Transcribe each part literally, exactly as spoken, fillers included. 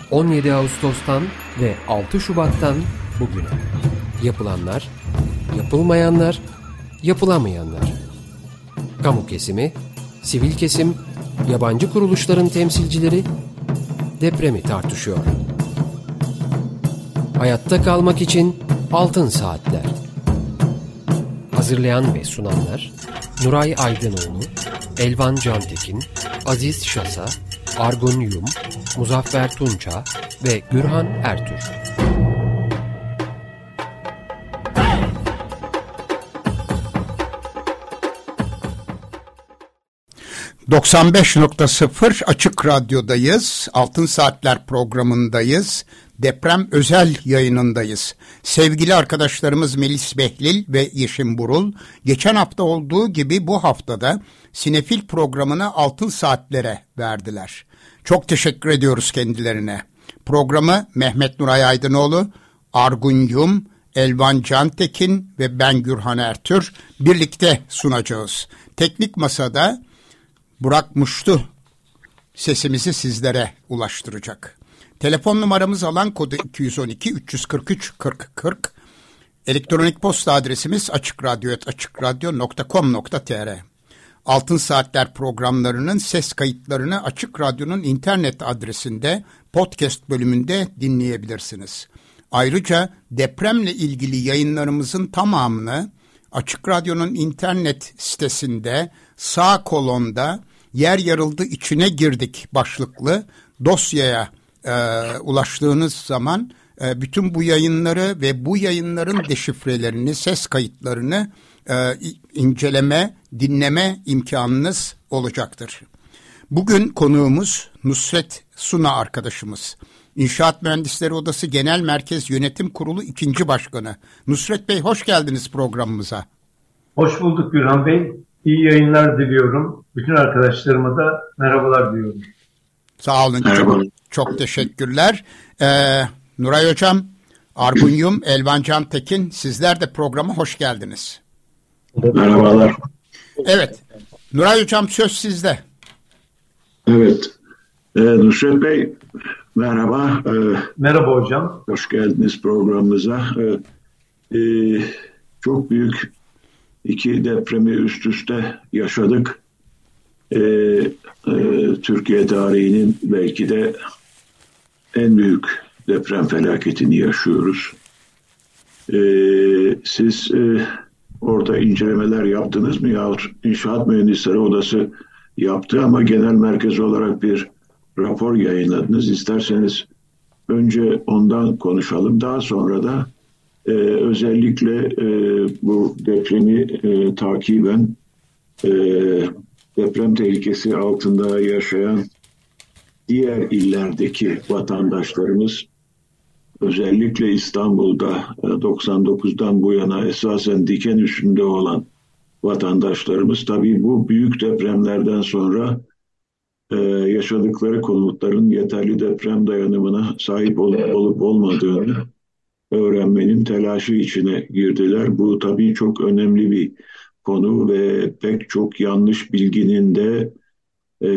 on yedi Ağustos'tan ve altı Şubat'tan bugüne. Yapılanlar, yapılmayanlar, yapılamayanlar. Kamu kesimi, sivil kesim, yabancı kuruluşların temsilcileri depremi tartışıyor. Hayatta kalmak için Altın Saatler. Hazırlayan ve sunanlar Nuray Aydınoğlu, Elvan Cantekin, Aziz Şasa, Argun Yum, Muzaffer Tunça ve Gürhan Ertür. doksan beş nokta sıfır Açık Radyo'dayız. Altın Saatler programındayız. Deprem özel yayınındayız. Sevgili arkadaşlarımız Melis Behlil ve Yeşim Burul, geçen hafta olduğu gibi bu haftada Sinefil programını Altın Saatlere verdiler. Çok teşekkür ediyoruz kendilerine. Programı Mehmet Nuray Aydınoğlu, Argun Yum, Elvan Cantekin ve ben Gürhan Ertür birlikte sunacağız. Teknik Masa'da Burak Muştu sesimizi sizlere ulaştıracak. Telefon numaramız alan kodu iki yüz on iki üç yüz kırk üç kırk kırk. Elektronik posta adresimiz açıkradyo et açıkradyo nokta com nokta tr. Altın Saatler programlarının ses kayıtlarını Açık Radyo'nun internet adresinde podcast bölümünde dinleyebilirsiniz. Ayrıca depremle ilgili yayınlarımızın tamamını Açık Radyo'nun internet sitesinde sağ kolonda yer yarıldı içine girdik başlıklı dosyaya e, ulaştığınız zaman e, bütün bu yayınları ve bu yayınların deşifrelerini, ses kayıtlarını e, inceleme, dinleme imkanınız olacaktır. Bugün konuğumuz Nusret Suna arkadaşımız. İnşaat Mühendisleri Odası Genel Merkez Yönetim Kurulu ikinci Başkanı. Nusret Bey, hoş geldiniz programımıza. Hoş bulduk Gürhan Bey. İyi yayınlar diliyorum. Bütün arkadaşlarıma da merhabalar diyorum. Sağ olun. Çok, çok teşekkürler. Ee, Nuray Hocam, Argun Yum, Elvan Cantekin, sizler de programa hoş geldiniz. Merhabalar. Evet. Nuray Hocam, söz sizde. Evet. Ee, Nusret Bey, merhaba. Ee, merhaba hocam. Hoş geldiniz programımıza. Ee, e, çok büyük iki depremi üst üste yaşadık. Ee, e, Türkiye tarihinin belki de en büyük deprem felaketini yaşıyoruz. Ee, siz e, orada incelemeler yaptınız mı? Yahut İnşaat Mühendisleri Odası yaptı ama genel merkez olarak bir rapor yayınladınız. İsterseniz önce ondan konuşalım. Daha sonra da e, özellikle e, bu depremi e, takiben e, deprem tehlikesi altında yaşayan diğer illerdeki vatandaşlarımız, özellikle İstanbul'da e, doksan dokuzdan bu yana esasen diken üstünde olan vatandaşlarımız, tabii bu büyük depremlerden sonra Ee, yaşadıkları konutların yeterli deprem dayanımına sahip olup, olup olmadığını öğrenmenin telaşı içine girdiler. Bu tabii çok önemli bir konu ve pek çok yanlış bilginin de e,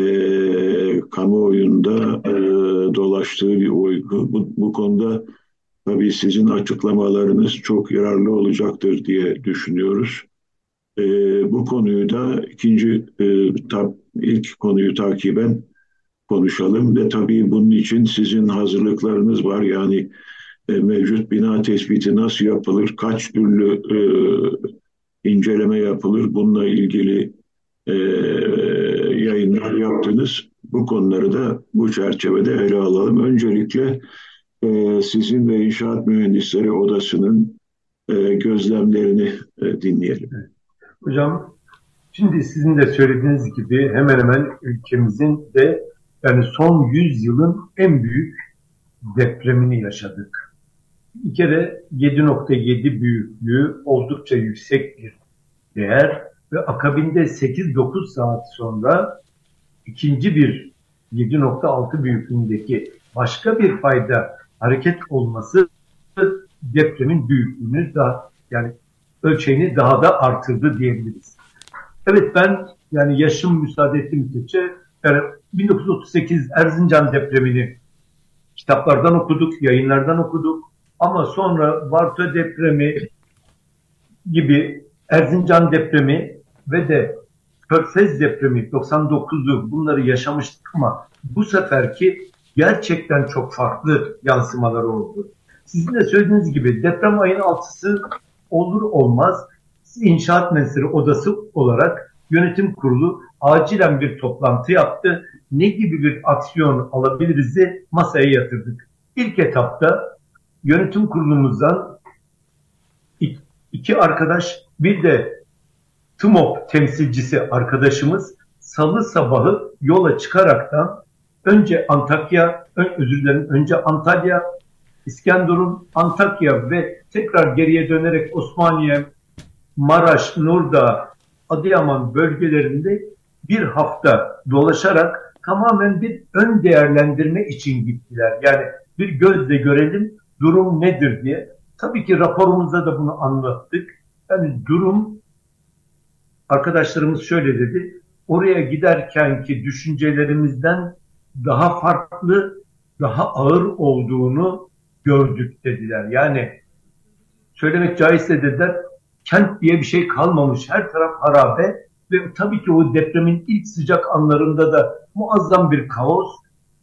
kamuoyunda e, dolaştığı bir uygu. Bu, bu konuda tabii sizin açıklamalarınız çok yararlı olacaktır diye düşünüyoruz. E, bu konuyu da ikinci e, tab, ilk konuyu takiben konuşalım ve tabii bunun için sizin hazırlıklarınız var. Yani e, mevcut bina tespiti nasıl yapılır, kaç türlü e, inceleme yapılır, bununla ilgili e, yayınlar yaptınız. Bu konuları da bu çerçevede ele alalım. Öncelikle e, sizin ve İnşaat Mühendisleri Odası'nın e, gözlemlerini e, dinleyelim. Hocam, şimdi sizin de söylediğiniz gibi hemen hemen ülkemizin de yani son yüz yılın en büyük depremini yaşadık. Bir kere yedi nokta yedi büyüklüğü oldukça yüksek bir değer ve akabinde sekiz dokuz saat sonra ikinci bir yedi nokta altı büyüklüğündeki başka bir fayda hareket olması depremin büyüklüğünü daha yani ölçeğini daha da artırdı diyebiliriz. Evet, ben yani yaşım müsaade ettiği müddetçe yani bin dokuz yüz otuz sekiz Erzincan depremini kitaplardan okuduk, yayınlardan okuduk. Ama sonra Varto depremi gibi, Erzincan depremi ve de Körfez depremi doksan dokuzu bunları yaşamıştık ama bu seferki gerçekten çok farklı yansımaları oldu. Sizin de söylediğiniz gibi deprem ayın altısı olur olmaz İnşaat Mühendisleri Odası olarak yönetim kurulu acilen bir toplantı yaptı. Ne gibi bir aksiyon alabiliriz'i masaya yatırdık. İlk etapta yönetim kurulumuzdan iki arkadaş, bir de TMOP temsilcisi arkadaşımız salı sabahı yola çıkaraktan önce Antakya, özür dilerim, önce Antalya, İskenderun, Antakya ve tekrar geriye dönerek Osmaniye, Maraş, Nurdağ, Adıyaman bölgelerinde bir hafta dolaşarak tamamen bir ön değerlendirme için gittiler. Yani bir gözle görelim durum nedir diye. Tabii ki raporumuzda da bunu anlattık. Yani durum, arkadaşlarımız şöyle dedi, oraya giderkenki düşüncelerimizden daha farklı, daha ağır olduğunu gördük dediler. Yani söylemek caizse dediler, kent diye bir şey kalmamış. Her taraf harabe ve tabii ki o depremin ilk sıcak anlarında da muazzam bir kaos.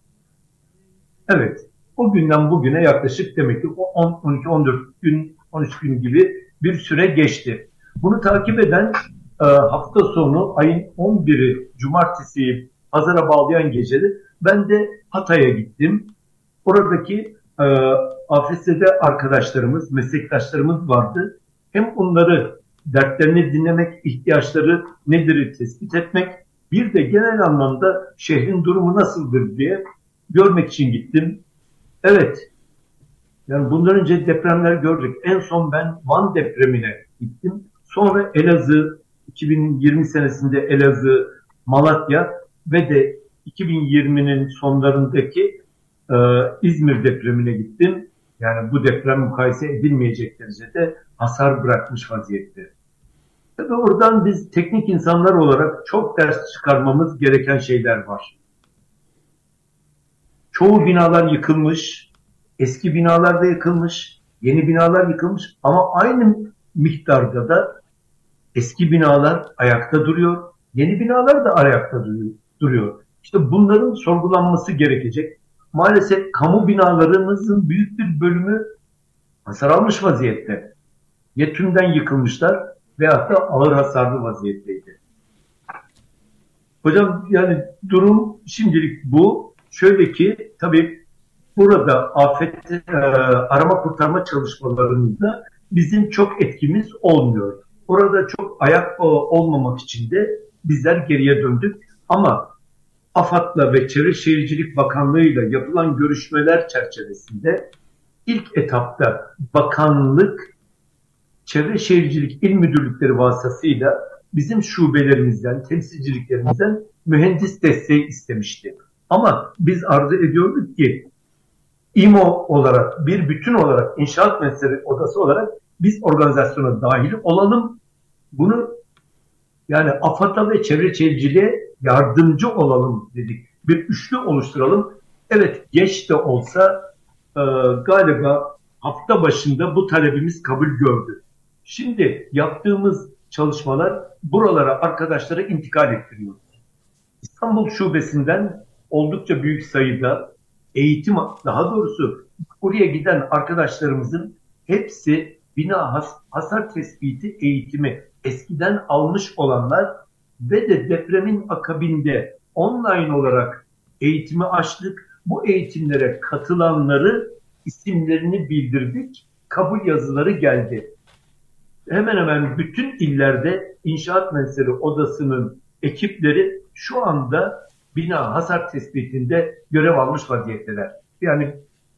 Evet, o günden bugüne yaklaşık demek ki on, on iki, on dört gün, on üç gün gibi bir süre geçti. Bunu takip eden e, hafta sonu ayın on biri Cumartesi pazara bağlayan gecede ben de Hatay'a gittim. Oradaki e, A F S'de arkadaşlarımız, meslektaşlarımız vardı. Hem onları, dertlerini dinlemek, ihtiyaçları nedir tespit etmek, bir de genel anlamda şehrin durumu nasıldır diye görmek için gittim. Evet, yani bundan önce depremler gördük. En son ben Van depremine gittim. Sonra Elazığ, iki bin yirmi senesinde Elazığ, Malatya ve de iki bin yirminin sonlarındaki e, İzmir depremine gittim. Yani bu deprem mukayese edilmeyecek derecede hasar bırakmış vaziyette. Tabii oradan biz teknik insanlar olarak çok ders çıkarmamız gereken şeyler var. Çoğu binalar yıkılmış, eski binalar da yıkılmış, yeni binalar yıkılmış ama aynı miktarda da eski binalar ayakta duruyor, yeni binalar da ayakta duruyor. İşte bunların sorgulanması gerekecek. Maalesef kamu binalarımızın büyük bir bölümü hasar almış vaziyette. Ya tümden yıkılmışlar veyahut da ağır hasarlı vaziyetteydi. Hocam yani durum şimdilik bu. Şöyle ki tabii burada afet e, arama kurtarma çalışmalarında bizim çok etkimiz olmuyor. Orada çok ayak olmamak için de bizler geriye döndük. Ama AFAD'la ve Çevre Şehircilik Bakanlığı'yla yapılan görüşmeler çerçevesinde ilk etapta bakanlık, Çevre Şehircilik İl Müdürlükleri vasıtasıyla bizim şubelerimizden, temsilciliklerimizden mühendis desteği istemişti. Ama biz arzu ediyorduk ki İMO olarak, bir bütün olarak, İnşaat Mühendisleri Odası olarak biz organizasyona dahil olalım. Bunu yani AFAD'a ve Çevre Şehirciliğe yardımcı olalım dedik. Bir üçlü oluşturalım. Evet, geç de olsa e, galiba hafta başında bu talebimiz kabul gördü. Şimdi yaptığımız çalışmalar buralara arkadaşlara intikal ettiriyoruz. İstanbul Şubesi'nden oldukça büyük sayıda eğitim, daha doğrusu oraya giden arkadaşlarımızın hepsi bina has, hasar tespiti eğitimi eskiden almış olanlar ve de depremin akabinde online olarak eğitimi açtık. Bu eğitimlere katılanları isimlerini bildirdik. Kabul yazıları geldi. Hemen hemen bütün illerde İnşaat Mühendisleri Odası'nın ekipleri şu anda bina hasar tespitinde görev almış vaziyetteler. Yani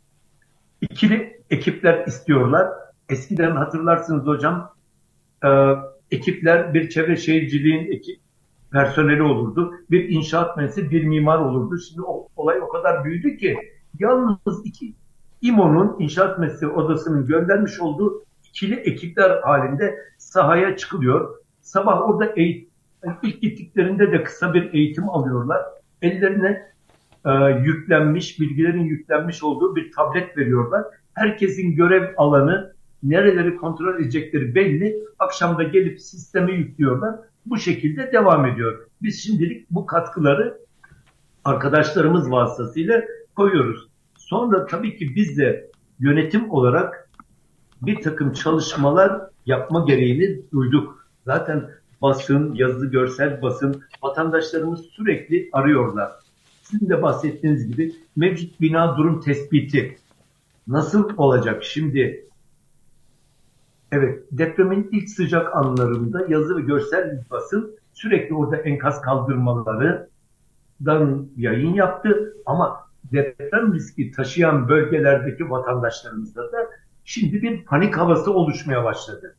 ikili ekipler istiyorlar. Eskiden hatırlarsınız hocam, e, ekipler bir çevre şehirciliğin ekip personeli olurdu. Bir inşaat mühendisi, bir mimar olurdu. Şimdi o, olay o kadar büyüdü ki yalnız iki İMO'nun, İnşaat Mühendisleri Odası'nın göndermiş olduğu ikili ekipler halinde sahaya çıkılıyor. Sabah orada eğitim, ilk gittiklerinde de kısa bir eğitim alıyorlar. Ellerine e, yüklenmiş, bilgilerin yüklenmiş olduğu bir tablet veriyorlar. Herkesin görev alanı, nereleri kontrol edecekleri belli. Akşamda gelip sisteme yüklüyorlar. Bu şekilde devam ediyor. Biz şimdilik bu katkıları arkadaşlarımız vasıtasıyla koyuyoruz. Sonra tabii ki biz de yönetim olarak bir takım çalışmalar yapma gereğini duyduk. Zaten basın, yazılı görsel basın, vatandaşlarımız sürekli arıyorlar. Sizin de bahsettiğiniz gibi mevcut bina durum tespiti nasıl olacak? Şimdi evet, depremin ilk sıcak anlarında yazı ve görsel basın sürekli orada enkaz kaldırmalarından yayın yaptı. Ama deprem riski taşıyan bölgelerdeki vatandaşlarımızda da şimdi bir panik havası oluşmaya başladı.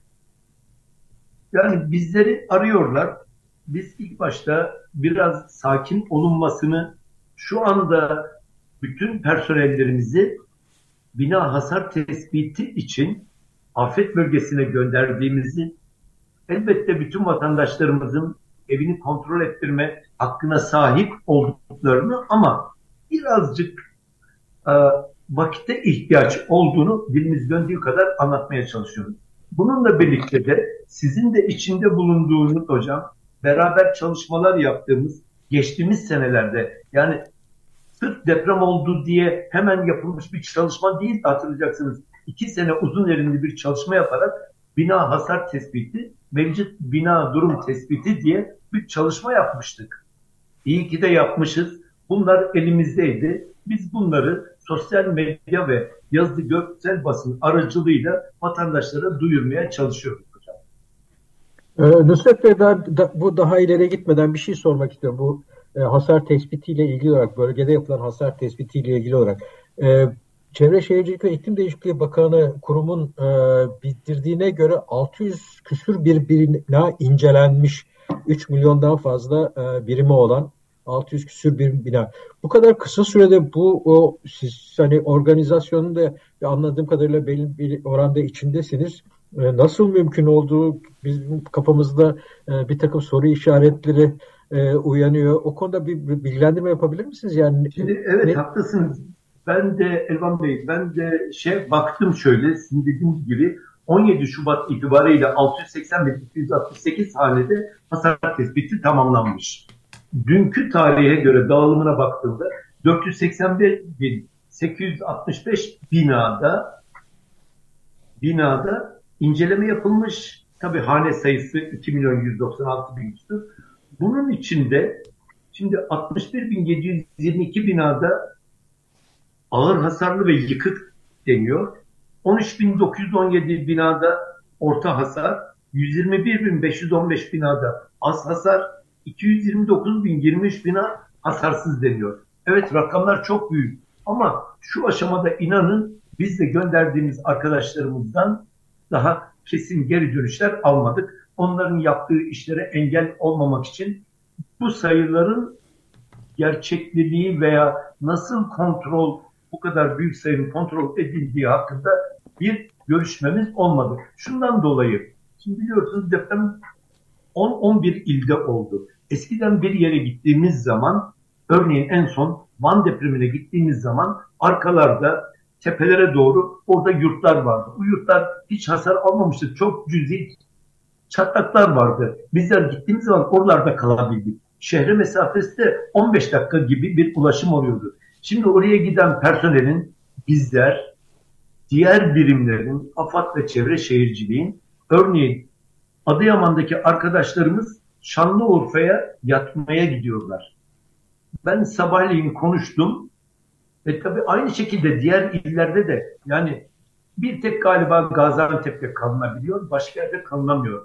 Yani bizleri arıyorlar. Biz ilk başta biraz sakin olunmasını, şu anda bütün personellerimizi bina hasar tespiti için afet bölgesine gönderdiğimizi, elbette bütün vatandaşlarımızın evini kontrol ettirme hakkına sahip olduklarını ama birazcık e, vakite ihtiyaç olduğunu dilimiz döndüğü kadar anlatmaya çalışıyoruz. Bununla birlikte de sizin de içinde bulunduğunuz hocam, beraber çalışmalar yaptığımız geçtiğimiz senelerde, yani sırf deprem oldu diye hemen yapılmış bir çalışma değil, hatırlayacaksınız. İki sene uzun erimli bir çalışma yaparak bina hasar tespiti, mevcut bina durum tespiti diye bir çalışma yapmıştık. İyi ki de yapmışız. Bunlar elimizdeydi. Biz bunları sosyal medya ve yazılı görsel basın aracılığıyla vatandaşlara duyurmaya çalışıyoruz hocam. Ee, Nusret Bey, ben da, bu daha ileri gitmeden bir şey sormak istiyorum. Bu e, hasar tespitiyle ilgili olarak, bölgede yapılan hasar tespitiyle ilgili olarak e, Çevre Şehircilik ve İklim Değişikliği Bakanı kurumun e, bildirdiğine göre altı yüz küsür bir bina incelenmiş. üç milyondan fazla e, birimi olan altı yüz küsür bir bina. Bu kadar kısa sürede bu o siz hani organizasyonun da anladığım kadarıyla belli bir oranda içindesiniz. E, nasıl mümkün olduğu bizim kafamızda e, bir takım soru işaretleri e, uyanıyor. O konuda bir, bir bilgilendirme yapabilir misiniz? Yani Şimdi evet ne? Haklısınız. Ben de Elvan Bey, ben de şey baktım şöyle, sizin dediğiniz gibi on yedi Şubat itibariyle altı yüz seksen bin iki yüz altmış sekiz hanede hasar tespiti tamamlanmış. Dünkü tarihe göre dağılımına baktığımda dört yüz seksen bir bin sekiz yüz altmış beş binada binada inceleme yapılmış. Tabii hane sayısı iki milyon yüz doksan altı bin küsur. Bunun içinde şimdi altmış bir bin yedi yüz yirmi iki binada ağır hasarlı ve yıkık deniyor. on üç bin dokuz yüz on yedi binada orta hasar, yüz yirmi bir bin beş yüz on beş binada az hasar, iki yüz yirmi dokuz bin yirmi üç bina hasarsız deniyor. Evet, rakamlar çok büyük ama şu aşamada inanın biz de gönderdiğimiz arkadaşlarımızdan daha kesin geri dönüşler almadık. Onların yaptığı işlere engel olmamak için bu sayıların gerçekliliği veya nasıl kontrol, bu kadar büyük sayının kontrol edildiği hakkında bir görüşmemiz olmadı. Şundan dolayı, şimdi biliyorsunuz deprem on on bir ilde oldu. Eskiden bir yere gittiğimiz zaman, örneğin en son Van depremine gittiğimiz zaman arkalarda tepelere doğru orada yurtlar vardı. Bu yurtlar hiç hasar almamıştı. Çok cüzi çatlaklar vardı. Bizler gittiğimiz zaman oralarda kalabildik. Şehre mesafesi de on beş dakika gibi bir ulaşım oluyordu. Şimdi oraya giden personelin, bizler, diğer birimlerin, AFAD ve Çevre Şehirciliğin, örneğin Adıyaman'daki arkadaşlarımız Şanlıurfa'ya yatmaya gidiyorlar. Ben sabahleyin konuştum ve tabii aynı şekilde diğer illerde de, yani bir tek galiba Gaziantep'te kalınabiliyor, başka yerde kalınamıyor.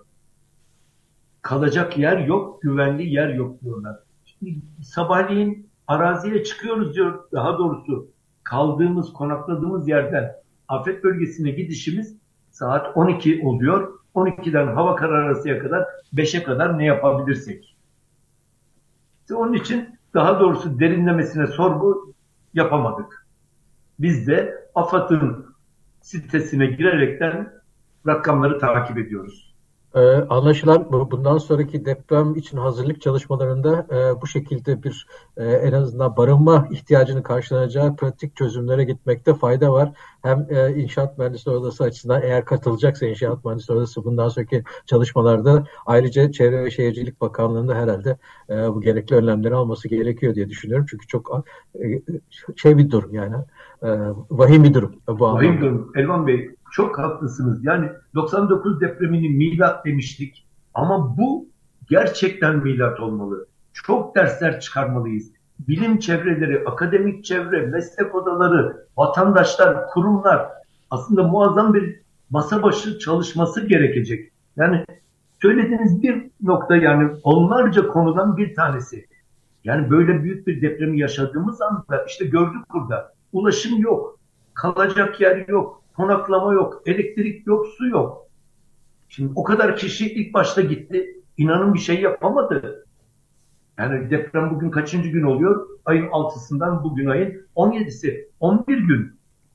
Kalacak yer yok, güvenli yer yok diyorlar. Şimdi sabahleyin araziye çıkıyoruz diyor, daha doğrusu kaldığımız, konakladığımız yerden afet bölgesine gidişimiz saat on iki oluyor. on ikiden hava kararasıya kadar beşe kadar ne yapabilirsek. İşte onun için daha doğrusu derinlemesine sorgu yapamadık. Biz de AFAD'ın sitesine girerekten rakamları takip ediyoruz. Ee, anlaşılan bundan sonraki deprem için hazırlık çalışmalarında e, bu şekilde bir e, en azından barınma ihtiyacını karşılanacağı pratik çözümlere gitmekte fayda var. Hem e, İnşaat Mühendisleri Odası açısından eğer katılacaksa İnşaat Mühendisleri Odası bundan sonraki çalışmalarda ayrıca Çevre ve Şehircilik Bakanlığı'nda herhalde e, bu gerekli önlemleri alması gerekiyor diye düşünüyorum. Çünkü çok e, şey bir durum yani e, vahim bir durum. Bu vahim durum. Elvan Bey çok haklısınız. Yani doksan dokuz depremini milat demiştik ama bu gerçekten milat olmalı. Çok dersler çıkarmalıyız. Bilim çevreleri, akademik çevre, meslek odaları, vatandaşlar, kurumlar aslında muazzam bir masa başı çalışması gerekecek. Yani söylediğiniz bir nokta, yani onlarca konudan bir tanesi. Yani böyle büyük bir depremi yaşadığımız anda işte gördük burada. Ulaşım yok, kalacak yer yok, konaklama yok, elektrik yok, su yok. Şimdi o kadar kişi ilk başta gitti. İnanın bir şey yapamadı. Yani deprem bugün kaçıncı gün oluyor? Ayın altısından bugün ayın on yedisi. on bir gün.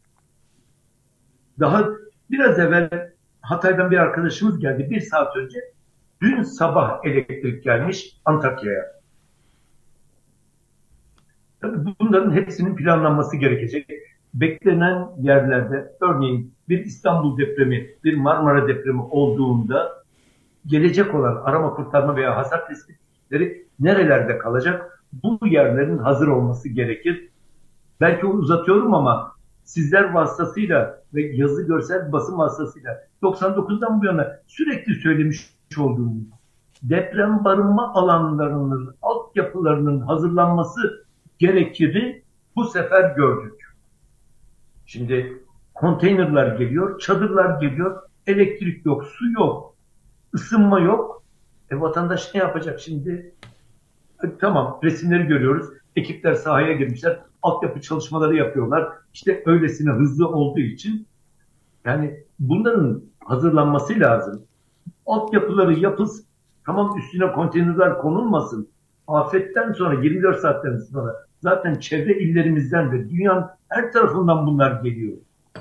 Daha biraz evvel Hatay'dan bir arkadaşımız geldi. Bir saat önce. Dün sabah elektrik gelmiş Antakya'ya. Tabii bunların hepsinin planlanması gerekecek. Beklenen yerlerde, örneğin bir İstanbul depremi, bir Marmara depremi olduğunda gelecek olan arama kurtarma veya hasar tespitleri nerelerde kalacak? Bu yerlerin hazır olması gerekir. Belki uzatıyorum ama sizler vasıtasıyla ve yazı görsel basın vasıtasıyla doksan dokuzdan bu yana sürekli söylemiş olduğumuz deprem barınma alanlarının, altyapılarının hazırlanması gerekiri bu sefer gördük. Şimdi konteynerler geliyor, çadırlar geliyor, elektrik yok, su yok, ısınma yok. E vatandaş ne yapacak şimdi? E, tamam, resimleri görüyoruz. Ekipler sahaya girmişler, altyapı çalışmaları yapıyorlar. İşte öylesine hızlı olduğu için yani bunların hazırlanması lazım. Altyapıları yapılsın, tamam üstüne konteynerler konulmasın. Afetten sonra yirmi dört saatten sonra zaten çevre illerimizden ve dünyanın her tarafından bunlar geliyor.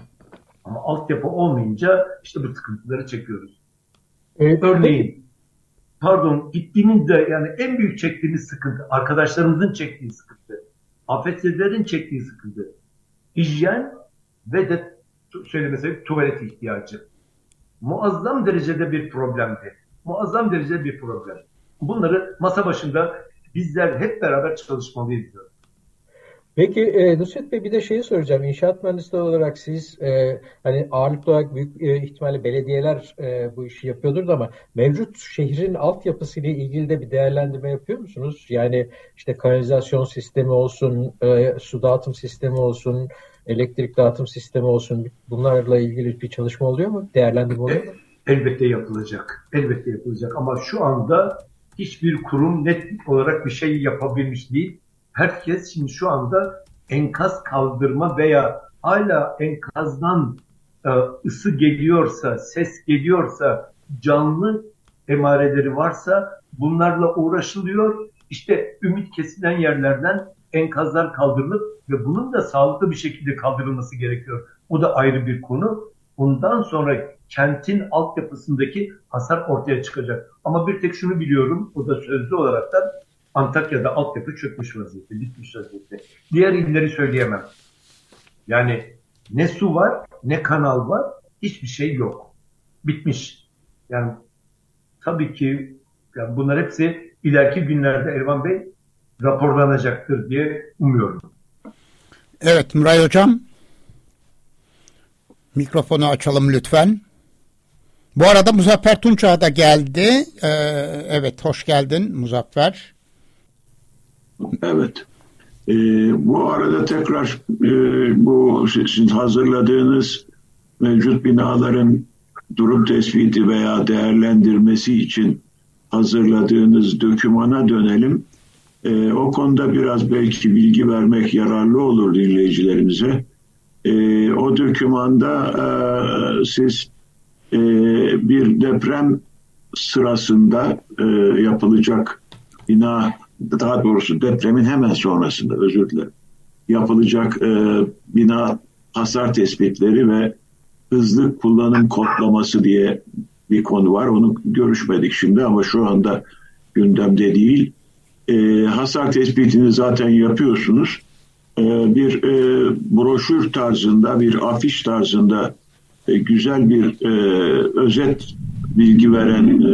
Ama altyapı olmayınca işte bu sıkıntıları çekiyoruz. Evet. Örneğin, pardon gittiğimizde yani en büyük çektiğimiz sıkıntı, arkadaşlarımızın çektiği sıkıntı, afetzedelerin çektiği sıkıntı, hijyen ve de söylemesek tuvalet ihtiyacı. Muazzam derecede bir problemdi. Muazzam derecede bir problem. Bunları masa başında bizler hep beraber çalışmalıyız diyor. Peki e, Nusret Bey bir de şeyi soracağım. İnşaat mühendisleri olarak siz e, hani ağırlıklı olarak büyük e, ihtimalle belediyeler e, bu işi yapıyordur ama mevcut şehrin altyapısıyla ilgili de bir değerlendirme yapıyor musunuz? Yani işte kanalizasyon sistemi olsun, e, su dağıtım sistemi olsun, elektrik dağıtım sistemi olsun, bunlarla ilgili bir çalışma oluyor mu? Değerlendirme oluyor mu? Elbette yapılacak. Elbette yapılacak ama şu anda hiçbir kurum net olarak bir şey yapabilmiş değil. Herkes şimdi şu anda enkaz kaldırma veya hala enkazdan e, ısı geliyorsa, ses geliyorsa, canlı emareleri varsa bunlarla uğraşılıyor. İşte ümit kesilen yerlerden enkazlar kaldırılıp ve bunun da sağlıklı bir şekilde kaldırılması gerekiyor. O da ayrı bir konu. Ondan sonra kentin altyapısındaki hasar ortaya çıkacak. Ama bir tek şunu biliyorum, o da sözlü olaraktan Antakya'da altyapı çökmüş vaziyette, bitmiş vaziyette. Diğer illeri söyleyemem. Yani ne su var, ne kanal var, hiçbir şey yok. Bitmiş. Yani tabii ki yani bunlar hepsi ileriki günlerde Elvan Bey raporlanacaktır diye umuyorum. Evet Nuray Hocam. Mikrofonu açalım lütfen. Bu arada Muzaffer Tunça da geldi. Ee, evet, hoş geldin Muzaffer. Evet. Ee, bu arada tekrar e, bu sizin hazırladığınız mevcut binaların durum tespiti veya değerlendirmesi için hazırladığınız dokümana dönelim. Ee, o konuda biraz belki bilgi vermek yararlı olur dinleyicilerimize. Ee, o dokümanda e, siz e, bir deprem sırasında e, yapılacak bina, daha doğrusu depremin hemen sonrasında özür dilerim, yapılacak e, bina hasar tespitleri ve hızlı kullanım kodlaması diye bir konu var. Onu görüşmedik şimdi ama şu anda gündemde değil. E, hasar tespitini zaten yapıyorsunuz. E, bir e, broşür tarzında, bir afiş tarzında e, güzel bir e, özet bilgi veren e,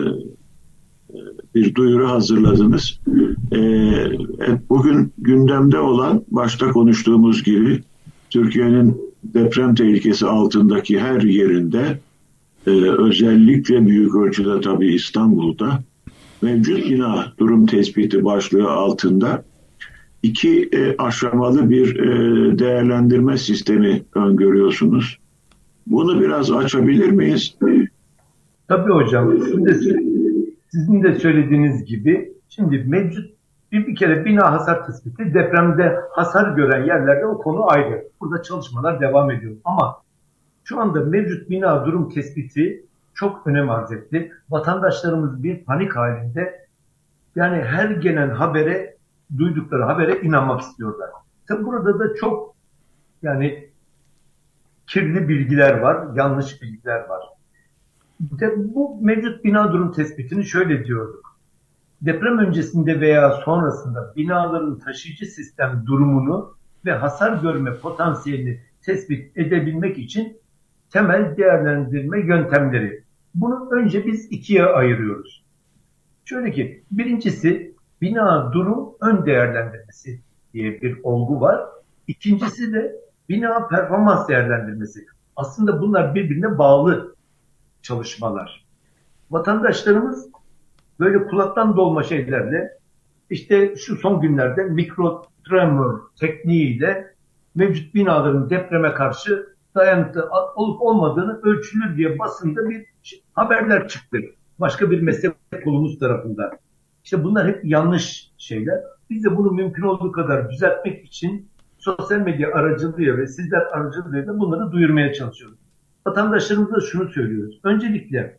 bir duyuru hazırladınız. E, bugün gündemde olan, başta konuştuğumuz gibi Türkiye'nin deprem tehlikesi altındaki her yerinde, e, özellikle büyük ölçüde tabii İstanbul'da, mevcut bina durum tespiti başlığı altında iki e, aşamalı bir e, değerlendirme sistemi öngörüyorsunuz. Bunu biraz açabilir miyiz? Tabii hocam. Sizin de, sizin de söylediğiniz gibi şimdi mevcut bir, bir kere bina hasar tespiti, depremde hasar gören yerlerde o konu ayrı. Burada çalışmalar devam ediyor. Ama şu anda mevcut bina durum tespiti çok önem arz etti. Vatandaşlarımız bir panik halinde. Yani her gelen habere, duydukları habere inanmak istiyorlar. Tabi burada da çok yani kirli bilgiler var, yanlış bilgiler var. De bu mevcut bina durum tespitini şöyle diyorduk. Deprem öncesinde veya sonrasında binaların taşıyıcı sistem durumunu ve hasar görme potansiyelini tespit edebilmek için temel değerlendirme yöntemleri. Bunu önce biz ikiye ayırıyoruz. Şöyle ki, birincisi bina durum ön değerlendirmesi diye bir olgu var. İkincisi de bina performans değerlendirmesi. Aslında bunlar birbirine bağlı çalışmalar. Vatandaşlarımız böyle kulaktan dolma şeylerle, işte şu son günlerde mikro tremor tekniğiyle mevcut binaların depreme karşı dayanıklı olup olmadığını ölçülür diye basında bir haberler çıktı. Başka bir meslek kolumuz tarafından. İşte bunlar hep yanlış şeyler. Biz de bunu mümkün olduğu kadar düzeltmek için sosyal medya aracılığıyla ve sizler aracılığıyla bunları duyurmaya çalışıyoruz. Vatandaşlarımıza şunu söylüyoruz. Öncelikle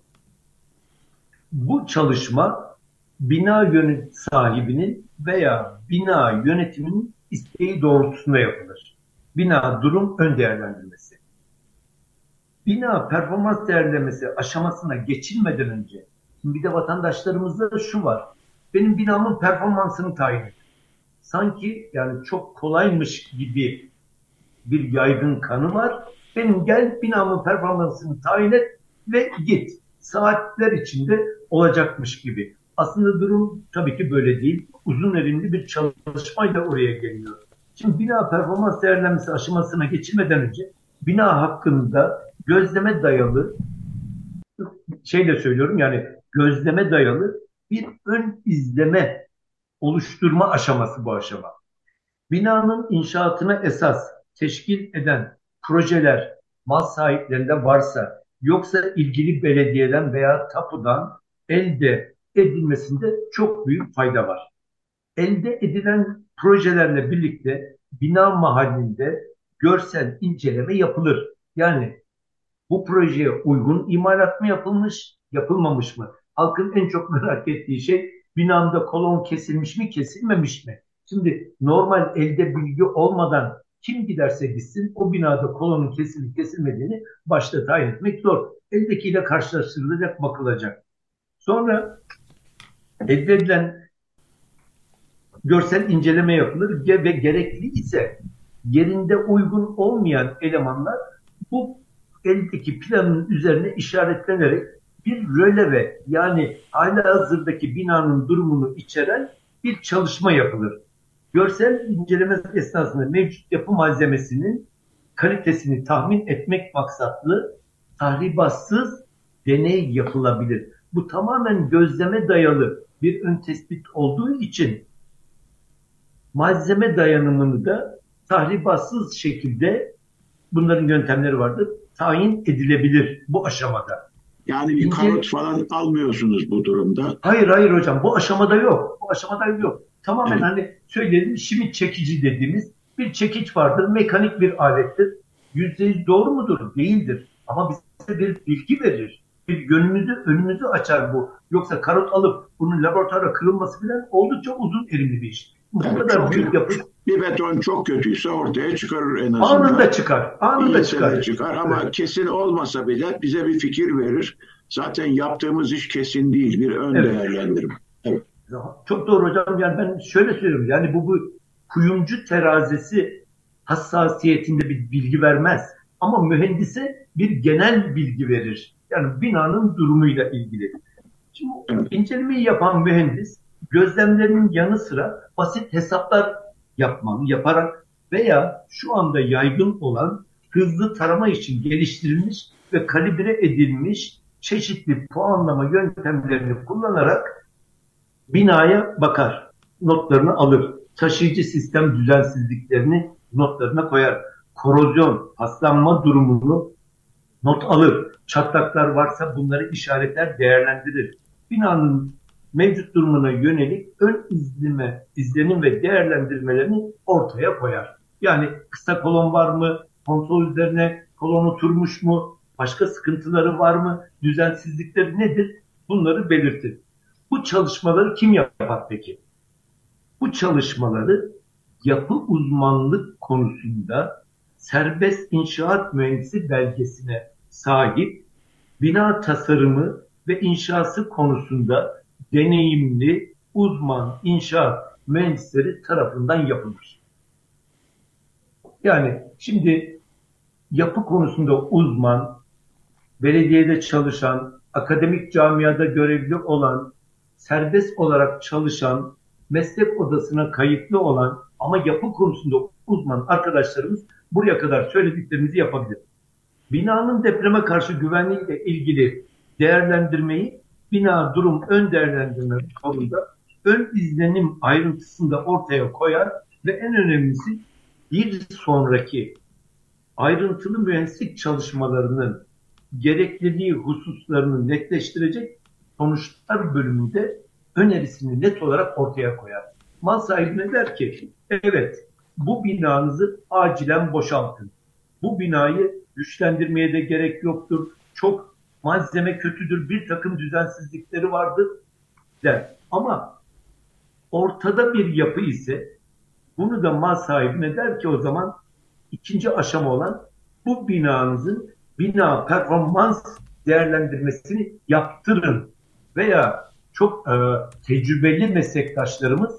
bu çalışma bina yönet sahibinin veya bina yönetiminin isteği doğrultusunda yapılır. Bina durum ön değerlendirmesi. Bina performans değerlemesi aşamasına geçilmeden önce, şimdi bir de vatandaşlarımızda şu var. Benim binamın performansını tayin edin. Sanki yani çok kolaymış gibi bir yaygın kanı var. Benim gel binamın performansını tayin et ve git. Saatler içinde olacakmış gibi. Aslında durum tabii ki böyle değil. Uzun erimli bir çalışmayla oraya geliyor. Şimdi bina performans değerlenmesi aşamasına geçilmeden önce bina hakkında gözleme dayalı, şeyle söylüyorum yani gözleme dayalı bir ön izleme oluşturma aşaması bu aşama. Binanın inşaatına esas teşkil eden projeler mal sahiplerinde varsa, yoksa ilgili belediyeden veya tapudan elde edilmesinde çok büyük fayda var. Elde edilen projelerle birlikte bina mahallinde görsel inceleme yapılır. Yani bu projeye uygun imalat mı yapılmış, yapılmamış mı? Halkın en çok merak ettiği şey binamda kolon kesilmiş mi, kesilmemiş mi? Şimdi normal elde bilgi olmadan kim giderse gitsin o binada kolonun kesilip kesilmediğini başta tayin etmek zor. Eldekiyle karşılaştırılacak, bakılacak. Sonra elde edilen görsel inceleme yapılır ve gerekli ise yerinde uygun olmayan elemanlar bu eldeki planın üzerine işaretlenerek bir röleve, yani halihazırdaki binanın durumunu içeren bir çalışma yapılır. Görsel inceleme esnasında mevcut yapı malzemesinin kalitesini tahmin etmek maksatlı tahribatsız deney yapılabilir. Bu tamamen gözleme dayalı bir ön tespit olduğu için malzeme dayanımını da tahribatsız şekilde, bunların yöntemleri vardır, tayin edilebilir bu aşamada. Yani bir karot falan almıyorsunuz bu durumda. Hayır hayır hocam, bu aşamada yok. Bu aşamada yok. Tamamen evet. Hani söyleyelim Schmidt çekici dediğimiz bir çekiç vardır. Mekanik bir alettir. Yüzde yüz doğru mudur? Değildir. Ama bize bir bilgi verir. Bir yönümüzü, önümüzü açar bu. Yoksa karot alıp bunun laboratuvara kırılması falan oldukça uzun erimli bir iş. Bu Evet, kadar çok büyük yapı bir beton çok kötüyse ortaya çıkarır en azından. anında çıkar. Anında İyisi de çıkar. çıkar ama Evet. kesin olmasa bile bize bir fikir verir. Zaten yaptığımız iş kesin değil, bir ön Evet. değerlendirme. Evet. Çok doğru hocam. Yani ben şöyle söylüyorum. Yani bu, bu kuyumcu terazisi hassasiyetinde bir bilgi vermez. Ama mühendise bir genel bilgi verir. Yani binanın durumuyla ilgili. Şimdi Evet. incelemeyi yapan mühendis gözlemlerinin yanı sıra basit hesaplar yapmalı, yaparak veya şu anda yaygın olan hızlı tarama için geliştirilmiş ve kalibre edilmiş çeşitli puanlama yöntemlerini kullanarak binaya bakar, notlarını alır. Taşıyıcı sistem düzensizliklerini notlarına koyar. Korozyon, paslanma durumunu not alır. Çatlaklar varsa bunları işaretler, değerlendirir. Binanın mevcut durumuna yönelik ön izleme, izlenim ve değerlendirmelerini ortaya koyar. Yani kısa kolon var mı? Konsol üzerine kolon oturmuş mu? Başka sıkıntıları var mı? Düzensizlikleri nedir? Bunları belirtir. Bu çalışmaları kim yapar peki? Bu çalışmaları yapı uzmanlık konusunda serbest inşaat mühendisi belgesine sahip, bina tasarımı ve inşası konusunda deneyimli uzman inşaat mühendisleri tarafından yapılır. Yani şimdi yapı konusunda uzman, belediyede çalışan, akademik camiada görevli olan, serbest olarak çalışan, meslek odasına kayıtlı olan ama yapı konusunda uzman arkadaşlarımız buraya kadar söylediklerimizi yapabilir. Binanın depreme karşı güvenliğiyle ilgili değerlendirmeyi bina durum ön değerlendirme konusunda ön izlenim ayrıntısında ortaya koyar ve en önemlisi bir sonraki ayrıntılı mühendislik çalışmalarının gerekliliği hususlarını netleştirecek sonuçlar bölümünde önerisini net olarak ortaya koyar. Mal sahibine der ki, evet bu binanızı acilen boşaltın. Bu binayı güçlendirmeye de gerek yoktur. Çok malzeme kötüdür, bir takım düzensizlikleri vardır der. Ama ortada bir yapı ise bunu da mal sahibine der ki o zaman ikinci aşama olan bu binanızın bina performans değerlendirmesini yaptırın. Veya çok e, tecrübeli meslektaşlarımız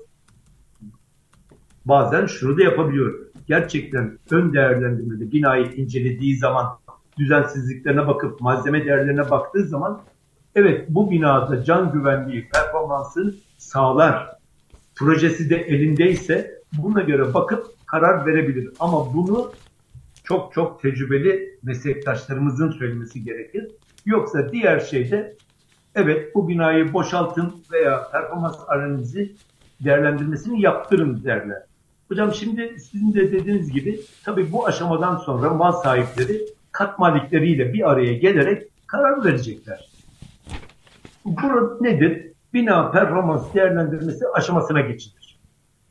bazen şunu da yapabiliyor. Gerçekten ön değerlendirmede binayı incelediği zaman düzensizliklerine bakıp malzeme değerlerine baktığı zaman evet bu binada can güvenliği performansını sağlar. Projesi de elindeyse buna göre bakıp karar verebilir. Ama bunu çok çok tecrübeli meslektaşlarımızın söylemesi gerekir. Yoksa diğer şeyde evet bu binayı boşaltın veya performans analizi değerlendirmesini yaptırın derler. Hocam şimdi sizin de dediğiniz gibi tabii bu aşamadan sonra mal sahipleri kat malikleriyle bir araya gelerek karar verecekler. Bu nedir? Bina performans değerlendirmesi aşamasına geçilir.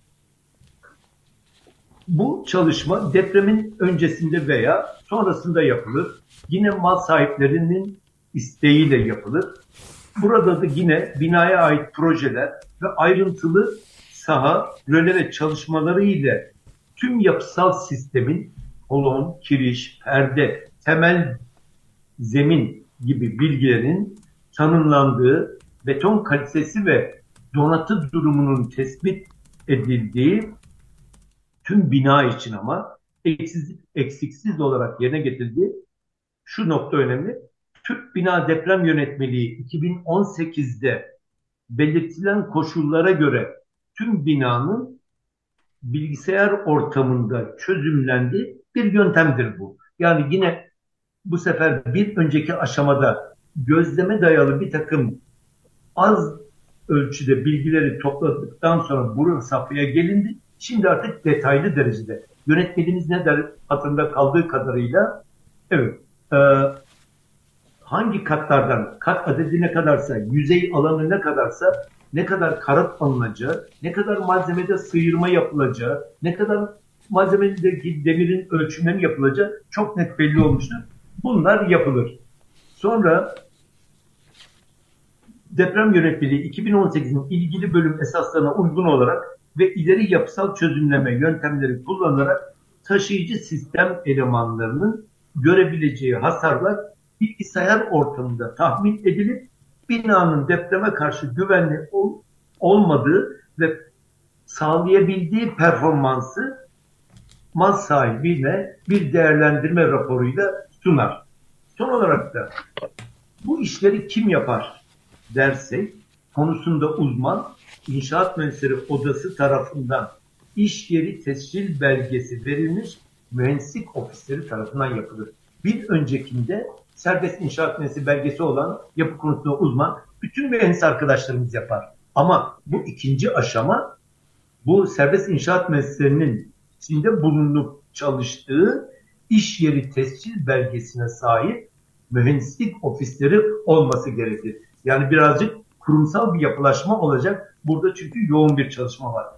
Bu çalışma depremin öncesinde veya sonrasında yapılır. Yine mal sahiplerinin isteğiyle yapılır. Burada da yine binaya ait projeler ve ayrıntılı saha röleve çalışmaları ile tüm yapısal sistemin kolon, kiriş, perde, temel zemin gibi bilgilerin tanımlandığı, beton kalitesi ve donatı durumunun tespit edildiği tüm bina için ama eksiksiz, eksiksiz olarak yerine getirildiği şu nokta önemli. Türk Bina Deprem Yönetmeliği iki bin on sekizde belirtilen koşullara göre tüm binanın bilgisayar ortamında çözümlendiği bir yöntemdir bu. Yani yine bu sefer bir önceki aşamada gözleme dayalı bir takım az ölçüde bilgileri topladıktan sonra bu safhaya gelindi. Şimdi artık detaylı derecede. Yönetmeliğimiz ne der hatırında kaldığı kadarıyla evet e, hangi katlardan, kat adedi ne kadarsa, yüzey alanı ne kadarsa, ne kadar karat alınacağı, ne kadar malzemede sıyırma yapılacağı, ne kadar malzemedeki demirin ölçümlerinin yapılacağı çok net belli olmuştur. Bunlar yapılır. Sonra deprem yönetmeliği iki bin on sekizin ilgili bölüm esaslarına uygun olarak ve ileri yapısal çözümleme yöntemleri kullanarak taşıyıcı sistem elemanlarının görebileceği hasarlar bilgisayar ortamında tahmin edilip binanın depreme karşı güvenli ol, olmadığı ve sağlayabildiği performansı mal sahibine bir değerlendirme raporuyla sunar. Son olarak da bu işleri kim yapar dersek konusunda uzman İnşaat Mühendisleri Odası tarafından iş yeri tescil belgesi verilmiş mühendislik ofisleri tarafından yapılır. Bir öncekinde serbest inşaat mühendisi belgesi olan yapı konusunda uzman bütün mühendis arkadaşlarımız yapar. Ama bu ikinci aşama bu serbest inşaat mühendislerinin içinde bulunup çalıştığı iş yeri tescil belgesine sahip mühendislik ofisleri olması gerekir. Yani birazcık kurumsal bir yapılaşma olacak. Burada çünkü yoğun bir çalışma var.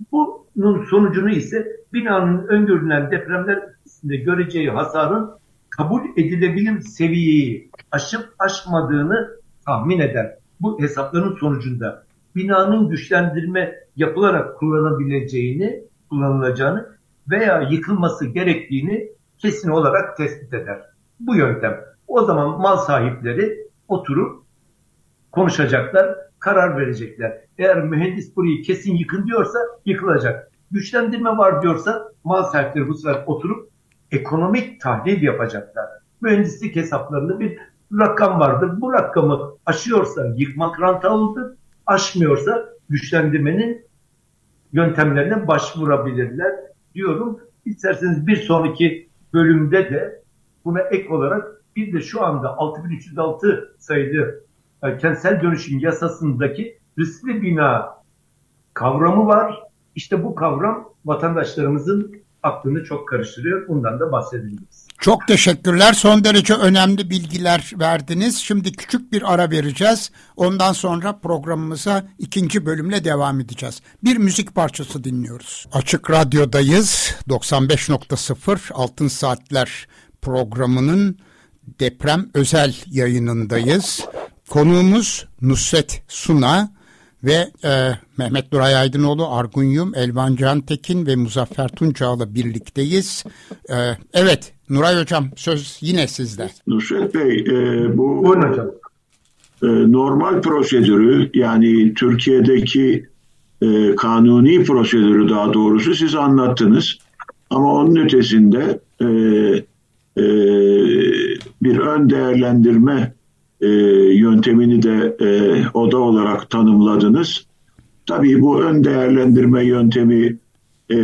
Bunun sonucunu ise binanın öngörülen depremler içinde göreceği hasarın kabul edilebilir seviyeyi aşıp aşmadığını tahmin eder. Bu hesapların sonucunda binanın güçlendirme yapılarak kullanabileceğini, kullanılacağını veya yıkılması gerektiğini kesin olarak tespit eder. Bu yöntem. O zaman mal sahipleri oturup konuşacaklar, karar verecekler. Eğer mühendis burayı kesin yıkın diyorsa yıkılacak. Güçlendirme var diyorsa mal sahipleri bu sefer oturup ekonomik tahlil yapacaklar. Mühendislik hesaplarında bir rakam vardır. Bu rakamı aşıyorsa yıkmak rantablıdır, aşmıyorsa güçlendirmenin yöntemlerine başvurabilirler diyorum. İsterseniz bir sonraki bölümde de buna ek olarak bir de şu anda altı bin üç yüz altı sayılı yani kentsel dönüşüm yasasındaki riskli bina kavramı var. İşte bu kavram vatandaşlarımızın aklını çok karıştırıyor. Bundan da bahsedebiliriz. Çok teşekkürler. Son derece önemli bilgiler verdiniz. Şimdi küçük bir ara vereceğiz. Ondan sonra programımıza ikinci bölümle devam edeceğiz. Bir müzik parçası dinliyoruz. Açık Radyo'dayız. doksan beş nokta sıfır Altın Saatler programının deprem özel yayınındayız. Konuğumuz Nusret Suna ve e, Mehmet Nuray Aydınoğlu, Argun Yum, Elvan Cantekin ve Muzaffer Tunçağ'la birlikteyiz. E, evet, Nuray Hocam söz yine sizde. Nusret Bey, e, bu e, normal prosedürü yani Türkiye'deki e, kanuni prosedürü daha doğrusu siz anlattınız. Ama onun ötesinde e, e, bir ön değerlendirme E, yöntemini de e, oda olarak tanımladınız. Tabii bu ön değerlendirme yöntemi e,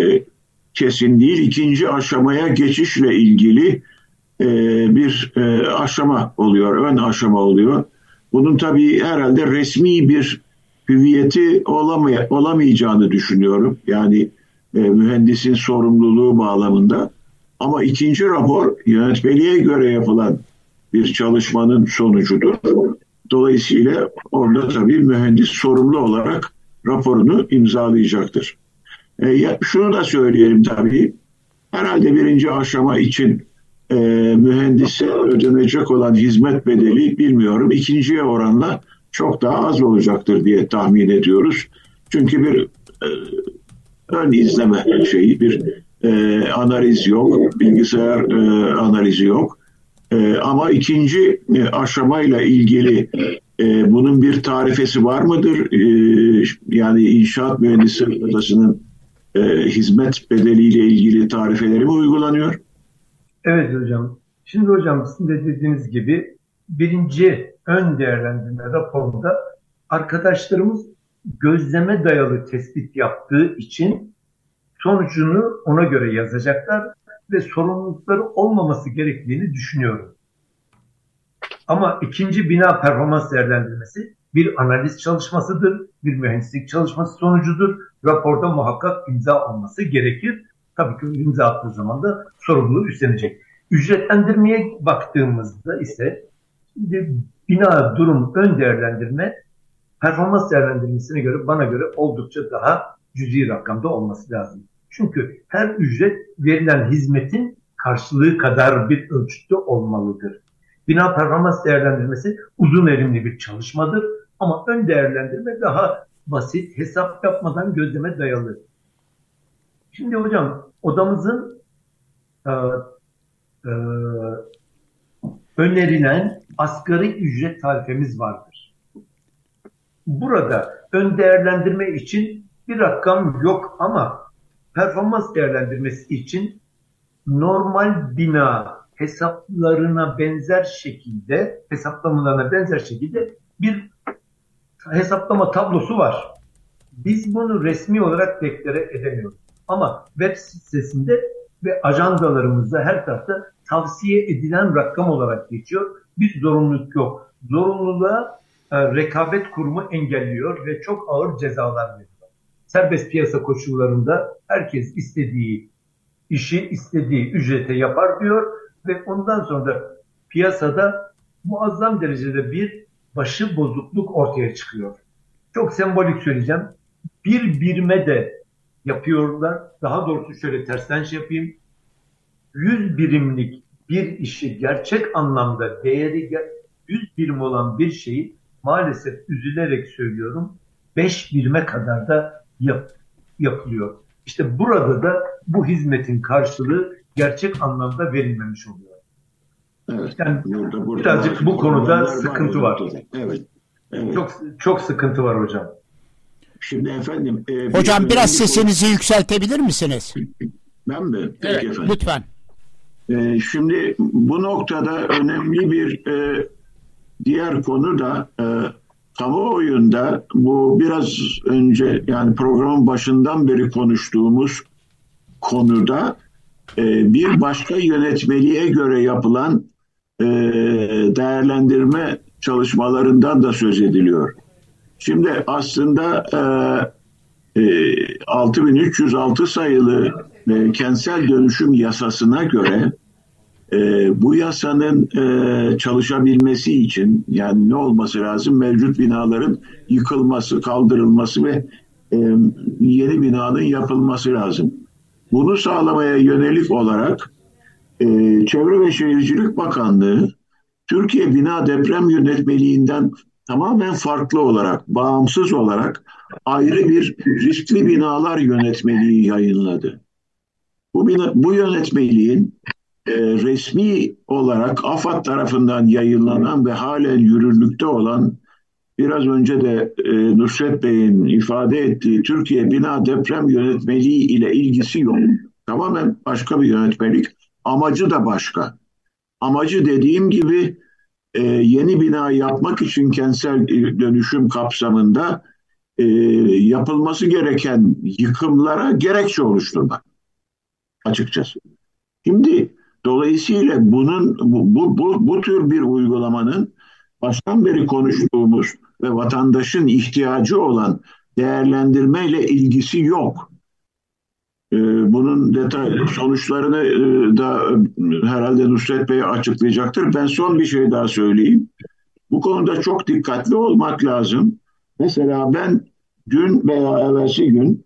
kesin değil. İkinci aşamaya geçişle ilgili e, bir e, aşama oluyor, ön aşama oluyor. Bunun tabii herhalde resmi bir hüviyeti olamay- olamayacağını düşünüyorum. Yani e, mühendisin sorumluluğu bağlamında. Ama ikinci rapor yönetmeliğe göre yapılan bir çalışmanın sonucudur. Dolayısıyla orada tabii mühendis sorumlu olarak raporunu imzalayacaktır. E, ya, şunu da söyleyelim tabii. Herhalde birinci aşama için e, mühendise ödenecek olan hizmet bedeli bilmiyorum. İkinciye oranla çok daha az olacaktır diye tahmin ediyoruz. Çünkü bir e, ön izleme şeyi, bir e, analiz yok, bilgisayar e, analizi yok. Ee, ama ikinci e, aşamayla ilgili e, bunun bir tarifesi var mıdır? E, yani İnşaat Mühendisleri Odası'nın e, hizmet bedeliyle ilgili tarifeleri mi uygulanıyor? Evet hocam. Şimdi hocam sizin de dediğiniz gibi birinci ön değerlendirme raporunda arkadaşlarımız gözleme dayalı tespit yaptığı için sonucunu ona göre yazacaklar ve sorumlulukları olmaması gerektiğini düşünüyorum. Ama ikinci bina performans değerlendirmesi bir analiz çalışmasıdır, bir mühendislik çalışması sonucudur. Raporda muhakkak imza olması gerekir. Tabii ki imza attığı zaman da sorumluluğu üstlenecek. Ücretlendirmeye baktığımızda ise şimdi bina durum ön değerlendirme performans değerlendirmesine göre bana göre oldukça daha cüzi rakamda olması lazım. Çünkü her ücret verilen hizmetin karşılığı kadar bir ölçütte olmalıdır. Bina performans değerlendirmesi uzun erimli bir çalışmadır ama ön değerlendirme daha basit, hesap yapmadan gözleme dayalı. Şimdi hocam odamızın e, e, önerilen asgari ücret tarifemiz vardır. Burada ön değerlendirme için bir rakam yok ama performans değerlendirmesi için normal bina hesaplarına benzer şekilde, hesaplamalarına benzer şekilde bir hesaplama tablosu var. Biz bunu resmi olarak deklare edemiyoruz. Ama web sitesinde ve ajandalarımızda her tarafta tavsiye edilen rakam olarak geçiyor. Bir zorunluluk yok. Zorunluluğa e, rekabet kurumu engelliyor ve çok ağır cezalar veriyor. Serbest piyasa koşullarında herkes istediği işi istediği ücrete yapar diyor ve ondan sonra da piyasada muazzam derecede bir başı bozukluk ortaya çıkıyor. Çok sembolik söyleyeceğim. Bir birime de yapıyorlar. Daha doğrusu şöyle tersten şey yapayım. yüz birimlik bir işi gerçek anlamda değeri yüz birim olan bir şeyi maalesef üzülerek söylüyorum beş birime kadar da yap, yapılıyor. İşte burada da bu hizmetin karşılığı gerçek anlamda verilmemiş oluyor. Evet. Yani burada, burada birazcık var. bu konuda var, sıkıntı var. var. Evet. evet. Çok çok sıkıntı var hocam. Şimdi efendim. E, hocam bir, biraz bir, sesinizi yükseltebilir misiniz? Ben mi? Evet, Peki efendim. lütfen. E, şimdi bu noktada önemli bir e, diğer konu da e, kamuoyunda bu biraz önce yani programın başından beri konuştuğumuz konuda e, bir başka yönetmeliğe göre yapılan e, değerlendirme çalışmalarından da söz ediliyor. Şimdi aslında e, e, altı bin üç yüz altı sayılı e, kentsel dönüşüm yasasına göre e, bu yasanın e, çalışabilmesi için yani ne olması lazım? Mevcut binaların yıkılması, kaldırılması ve e, yeni binanın yapılması lazım. Bunu sağlamaya yönelik olarak e, Çevre ve Şehircilik Bakanlığı Türkiye Bina Deprem Yönetmeliğinden tamamen farklı olarak, bağımsız olarak ayrı bir riskli binalar yönetmeliği yayınladı. Bu, bina, bu yönetmeliğin e, resmi olarak AFAD tarafından yayınlanan ve halen yürürlükte olan biraz önce de e, Nusret Bey'in ifade ettiği Türkiye Bina Deprem Yönetmeliği ile ilgisi yok. Tamamen başka bir yönetmelik. Amacı da başka. Amacı dediğim gibi e, yeni bina yapmak için kentsel dönüşüm kapsamında e, yapılması gereken yıkımlara gerekçe oluşturmak açıkçası. Şimdi dolayısıyla bunun bu, bu, bu, bu tür bir uygulamanın baştan beri konuştuğumuz ve vatandaşın ihtiyacı olan değerlendirmeyle ilgisi yok. Bunun detay sonuçlarını da herhalde Nusret Bey açıklayacaktır. Ben son bir şey daha söyleyeyim. Bu konuda çok dikkatli olmak lazım. Mesela ben dün veya evvelsi gün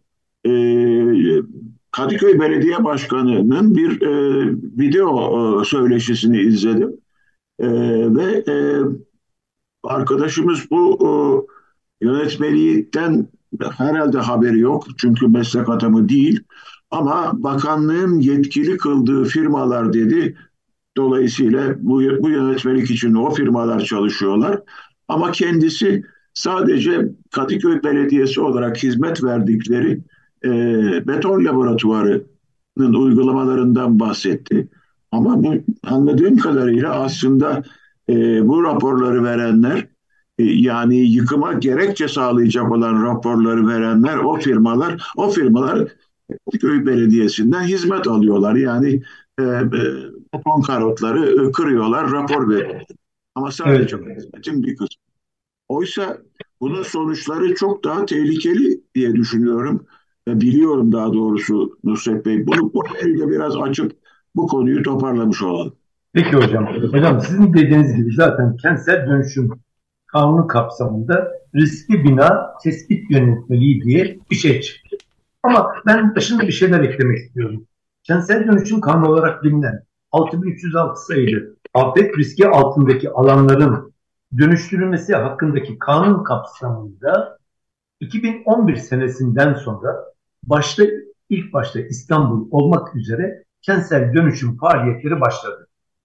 Kadıköy Belediye Başkanı'nın bir video söyleşisini izledim. Ve arkadaşımız bu yönetmelikten herhalde haberi yok. Çünkü meslek adamı değil. Ama bakanlığın yetkili kıldığı firmalar dedi. Dolayısıyla bu, bu yönetmelik için o firmalar çalışıyorlar. Ama kendisi sadece Kadıköy Belediyesi olarak hizmet verdikleri e, beton laboratuvarının uygulamalarından bahsetti. Ama bu anladığım kadarıyla aslında e, bu raporları verenler yani yıkıma gerekçe sağlayacak olan raporları verenler o firmalar o firmalar Kadıköy Belediyesi'nden hizmet alıyorlar. Yani e, beton karotları e, kırıyorlar, rapor veriyorlar. Ama sadece evet. Hizmetin bir kısmı. Oysa bunun sonuçları çok daha tehlikeli diye düşünüyorum. Ve biliyorum daha doğrusu Nusret Bey. Bunu bu elde biraz açıp bu konuyu toparlamış olalım. Peki hocam. Hocam sizin dediğiniz gibi zaten kentsel dönüşüm kanunu kapsamında riskli bina tespit yönetmeliği diye bir şey çıktı. Ama ben başında bir şeyler eklemek istiyorum. Kentsel dönüşüm kanunu olarak bilinen altı bin üç yüz altı sayılı afet riski altındaki alanların dönüştürülmesi hakkındaki kanun kapsamında iki bin on bir senesinden sonra başta ilk başta İstanbul olmak üzere kentsel dönüşüm faaliyetleri başladı.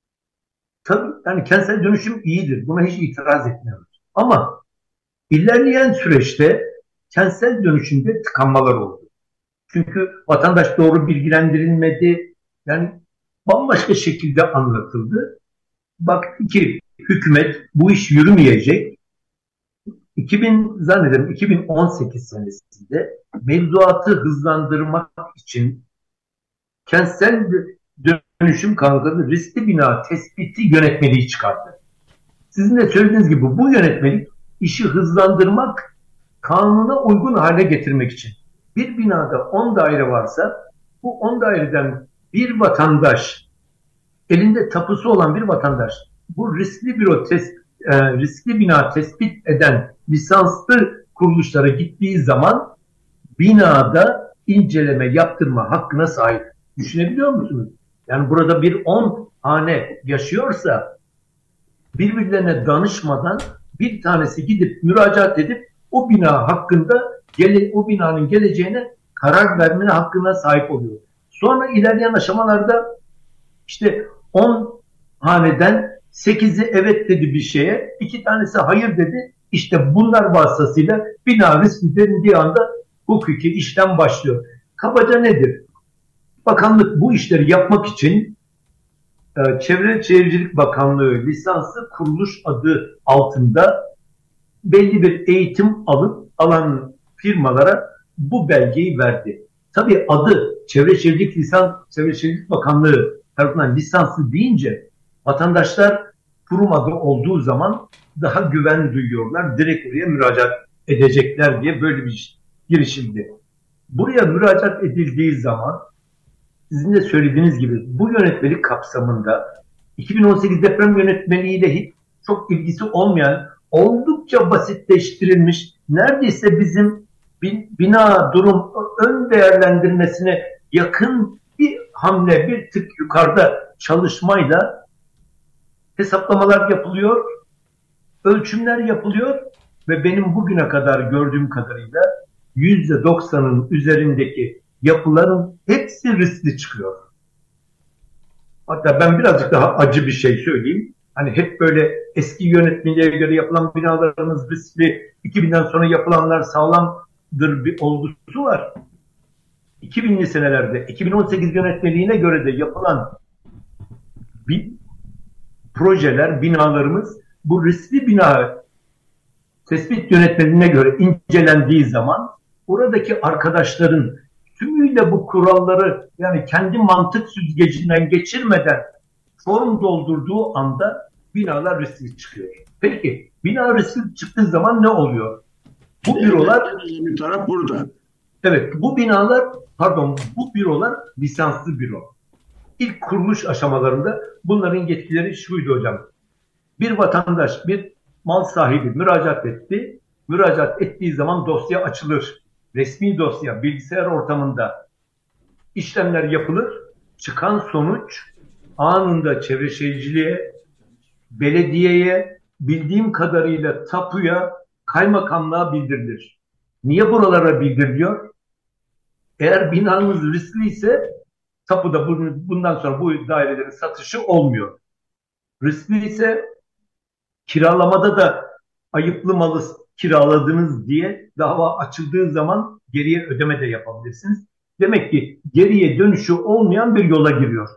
Tabii yani kentsel dönüşüm iyidir. Buna hiç itiraz etmiyoruz. Ama ilerleyen süreçte kentsel dönüşümde tıkanmalar oldu. Çünkü vatandaş doğru bilgilendirilmedi. Yani bambaşka şekilde anlatıldı. Baktı ki hükümet bu iş yürümeyecek. iki bin zannederim iki bin on sekiz senesinde mevzuatı hızlandırmak için kentsel dönüşüm kanunu riskli bina tespiti yönetmeliği çıkardı. Sizin de söylediğiniz gibi bu yönetmelik işi hızlandırmak, kanuna uygun hale getirmek için. Bir binada on daire varsa bu on daireden bir vatandaş, elinde tapusu olan bir vatandaş bu riskli büro tespit, e, riskli bina tespit eden lisanslı kuruluşlara gittiği zaman binada inceleme yaptırma hakkına sahip. Düşünebiliyor musunuz? Yani burada bir on hane yaşıyorsa birbirlerine danışmadan bir tanesi gidip müracaat edip o bina hakkında gele, o binanın geleceğine karar verme hakkına sahip oluyor. Sonra ilerleyen aşamalarda işte on haneden sekizi evet dedi bir şeye, iki tanesi hayır dedi. İşte bunlar vasıtasıyla bina riskli denildiği anda hukuki işlem başlıyor. Kabaca nedir? Bakanlık bu işleri yapmak için e, Çevre Şehircilik Bakanlığı lisanslı kuruluş adı altında belli bir eğitim alıp alan firmalara bu belgeyi verdi. Tabii adı Çevre Şehircilik Lisans Çevre Şehircilik Bakanlığı tarafından lisanslı deyince vatandaşlar kurum adı olduğu zaman daha güven duyuyorlar. Direkt oraya müracaat edecekler diye böyle bir girişimdi. Buraya müracaat edildiği zaman sizin de söylediğiniz gibi bu yönetmelik kapsamında iki bin on sekiz deprem yönetmeliğiyle hiç çok ilgisi olmayan, oldukça basitleştirilmiş, neredeyse bizim bina durum ön değerlendirmesine yakın bir hamle, bir tık yukarıda çalışmayla hesaplamalar yapılıyor, ölçümler yapılıyor ve benim bugüne kadar gördüğüm kadarıyla yüzde doksanın üzerindeki yapıların hepsi riskli çıkıyor. Hatta ben birazcık daha acı bir şey söyleyeyim. Hani hep böyle eski yönetmeliğe göre yapılan binalarımız riskli, iki binden sonra yapılanlar sağlamdır bir olgusu var. iki binli senelerde, iki bin on sekiz yönetmeliğine göre de yapılan bir projeler, binalarımız bu riskli bina tespit yönetmeliğine göre incelendiği zaman oradaki arkadaşların tümüyle bu kuralları yani kendi mantık süzgecinden geçirmeden form doldurduğu anda binalar riskli çıkıyor. Peki bina riskli çıktığı zaman ne oluyor? Bu bürolar bir taraf burada. Evet, bu binalar pardon bu bürolar lisanslı büro. İlk kuruluş aşamalarında bunların yetkileri şuydu hocam. Bir vatandaş, bir mal sahibi müracaat etti. Müracaat ettiği zaman dosya açılır. Resmi dosya, bilgisayar ortamında işlemler yapılır. Çıkan sonuç anında Çevre Şehirciliğe, belediyeye, bildiğim kadarıyla tapuya, kaymakamlığa bildirilir. Niye buralara bildiriliyor? Eğer binanız riskliyse tapuda bundan sonra bu dairelerin satışı olmuyor. Riskli ise kiralamada da ayıplı malı kiraladınız diye dava açıldığı zaman geriye ödeme de yapabilirsiniz. Demek ki geriye dönüşü olmayan bir yola giriyor.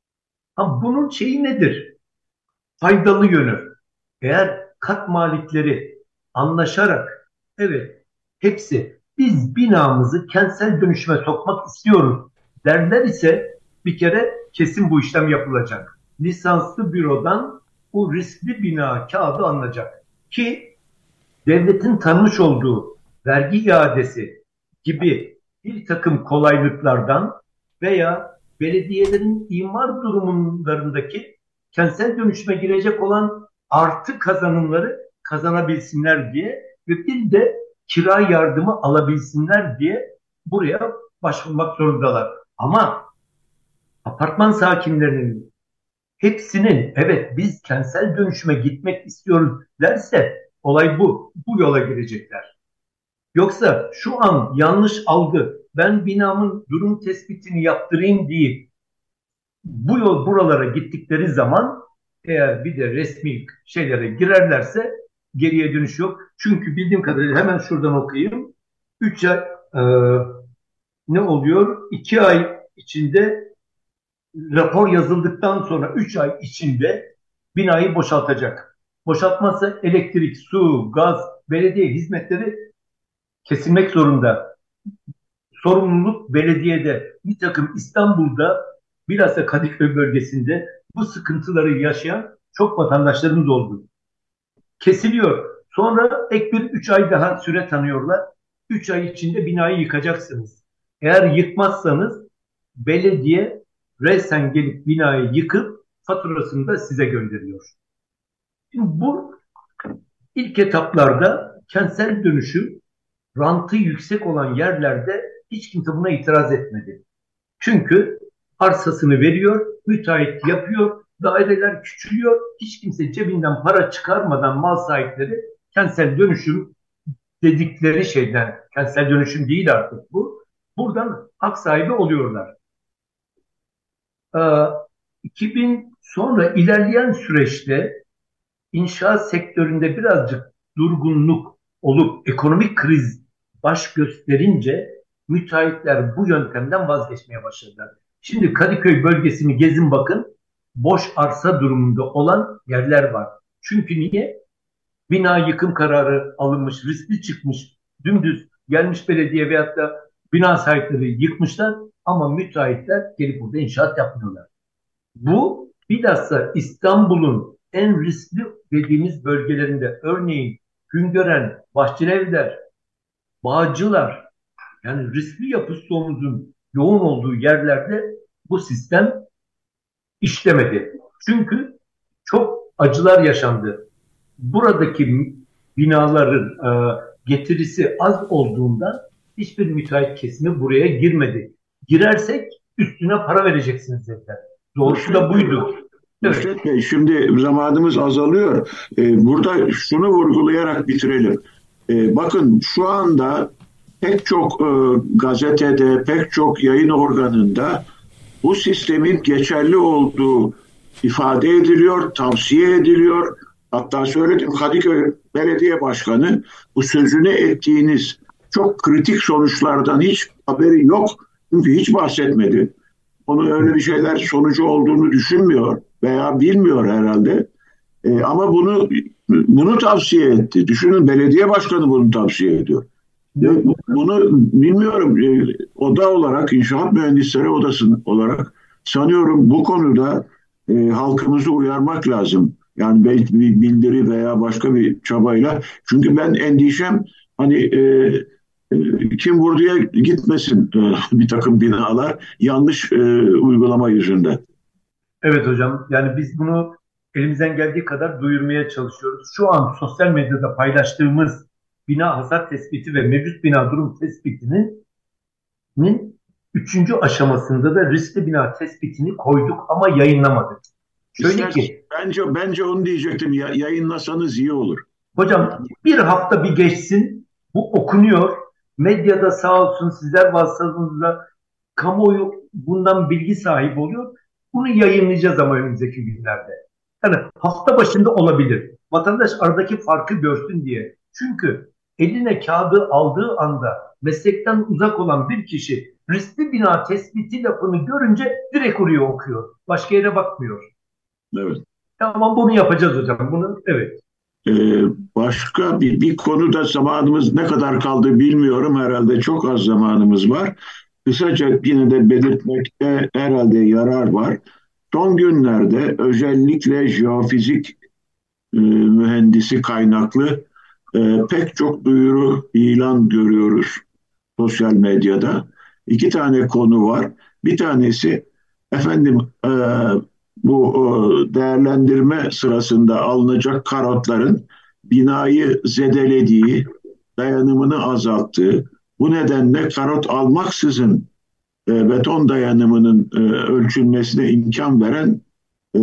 Ama bunun şeyi nedir? Faydalı yönü. Eğer kat malikleri anlaşarak evet hepsi biz binamızı kentsel dönüşüme sokmak istiyoruz derler ise bir kere kesin bu işlem yapılacak. Lisanslı bürodan bu riskli bina kağıdı alınacak ki devletin tanımış olduğu vergi iadesi gibi bir takım kolaylıklardan veya belediyelerin imar durumlarındaki kentsel dönüşüme girecek olan artı kazanımları kazanabilsinler diye ve bir de kira yardımı alabilsinler diye buraya başvurmak zorundalar. Ama apartman sakinlerinin hepsinin evet biz kentsel dönüşüme gitmek istiyoruz derse olay bu. Bu yola girecekler. Yoksa şu an yanlış algı, ben binamın durum tespitini yaptırayım diye bu yol buralara gittikleri zaman eğer bir de resmi şeylere girerlerse geriye dönüş yok. Çünkü bildiğim kadarıyla hemen şuradan okuyayım. üç ay e, ne oluyor? iki ay içinde rapor yazıldıktan sonra üç ay içinde binayı boşaltacak. Boşaltmazsa elektrik, su, gaz, belediye hizmetleri kesilmek zorunda. Sorumluluk belediyede. Bir takım İstanbul'da bilhassa Kadıköy bölgesinde bu sıkıntıları yaşayan çok vatandaşlarımız oldu. Kesiliyor. Sonra ek bir üç ay daha süre tanıyorlar. üç ay içinde binayı yıkacaksınız. Eğer yıkmazsanız belediye resen gelip binayı yıkıp faturasını da size gönderiyor. Şimdi bu ilk etaplarda kentsel dönüşüm rantı yüksek olan yerlerde hiç kimse buna itiraz etmedi. Çünkü arsasını veriyor, müteahhit yapıyor, daireler küçülüyor, hiç kimse cebinden para çıkarmadan mal sahipleri kentsel dönüşüm dedikleri şeyden, kentsel dönüşüm değil artık bu, buradan hak sahibi oluyorlar. Ee, iki bin sonra ilerleyen süreçte inşaat sektöründe birazcık durgunluk olup ekonomik kriz baş gösterince müteahhitler bu yöntemden vazgeçmeye başladılar. Şimdi Kadıköy bölgesini gezin bakın, boş arsa durumunda olan yerler var. Çünkü niye? Bina yıkım kararı alınmış, riskli çıkmış, dümdüz gelmiş belediye veyahut da bina sahipleri yıkmışlar ama müteahhitler gelip burada inşaat yapmıyorlar. Bu bilhassa İstanbul'un en riskli dediğimiz bölgelerinde, örneğin Güngören, Bahçelievler, Bağcılar, yani riskli yapı stoğumuzun yoğun olduğu yerlerde bu sistem işlemedi. Çünkü çok acılar yaşandı. Buradaki binaların e, getirisi az olduğundan hiçbir müteahhit kesimi buraya girmedi. Girersek üstüne para vereceksiniz zaten. Doğrusu da buydu. Evet. Nusret Bey, şimdi zamanımız azalıyor. Ee, burada şunu vurgulayarak bitirelim. Ee, bakın şu anda pek çok e, gazetede, pek çok yayın organında bu sistemin geçerli olduğu ifade ediliyor, tavsiye ediliyor. Hatta söyledim, Kadıköy Belediye Başkanı bu sözünü ettiğiniz çok kritik sonuçlardan hiç haberi yok. Çünkü hiç bahsetmedi. Onun öyle bir şeyler sonucu olduğunu düşünmüyor veya bilmiyor herhalde. E, ama bunu bunu tavsiye etti. Düşünün, belediye başkanı bunu tavsiye ediyor. E, bunu bilmiyorum. E, oda olarak, İnşaat Mühendisleri Odası olarak sanıyorum bu konuda e, halkımızı uyarmak lazım. Yani belki bir bildiri veya başka bir çabayla. Çünkü ben endişem hani e, kim vurduya gitmesin bir takım binalar yanlış e, uygulama yüzünden. Evet hocam, yani biz bunu elimizden geldiği kadar duyurmaya çalışıyoruz. Şu an sosyal medyada paylaştığımız bina hasar tespiti ve mevcut bina durum tespitinin üçüncü aşamasında da riskli bina tespitini koyduk ama yayınlamadık. Şöyle ki, bence bence onu diyecektim. Ya, yayınlasanız iyi olur. Hocam bir hafta bir geçsin, bu okunuyor. Medyada sağ olsun sizler vasıtanızda kamuoyu bundan bilgi sahibi oluyor. Bunu yayınlayacağız ama önümüzdeki günlerde. Yani hafta başında olabilir. Vatandaş aradaki farkı görsün diye. Çünkü eline kağıdı aldığı anda meslekten uzak olan bir kişi riskli bina tespiti lafını görünce direkt oraya okuyor. Başka yere bakmıyor. Evet. Tamam, bunu yapacağız hocam. Bunu evet. Ee, başka bir, bir konuda zamanımız ne kadar kaldı bilmiyorum. Herhalde çok az zamanımız var. Kısaca yine de belirtmekte herhalde yarar var. Son günlerde özellikle jeofizik e, mühendisi kaynaklı e, pek çok duyuru, ilan görüyoruz sosyal medyada. İki tane konu var. Bir tanesi efendim e, bu e, değerlendirme sırasında alınacak karotların binayı zedelediği, dayanımını azalttığı, bu nedenle karot almaksızın e, beton dayanımının e, ölçülmesine imkan veren e,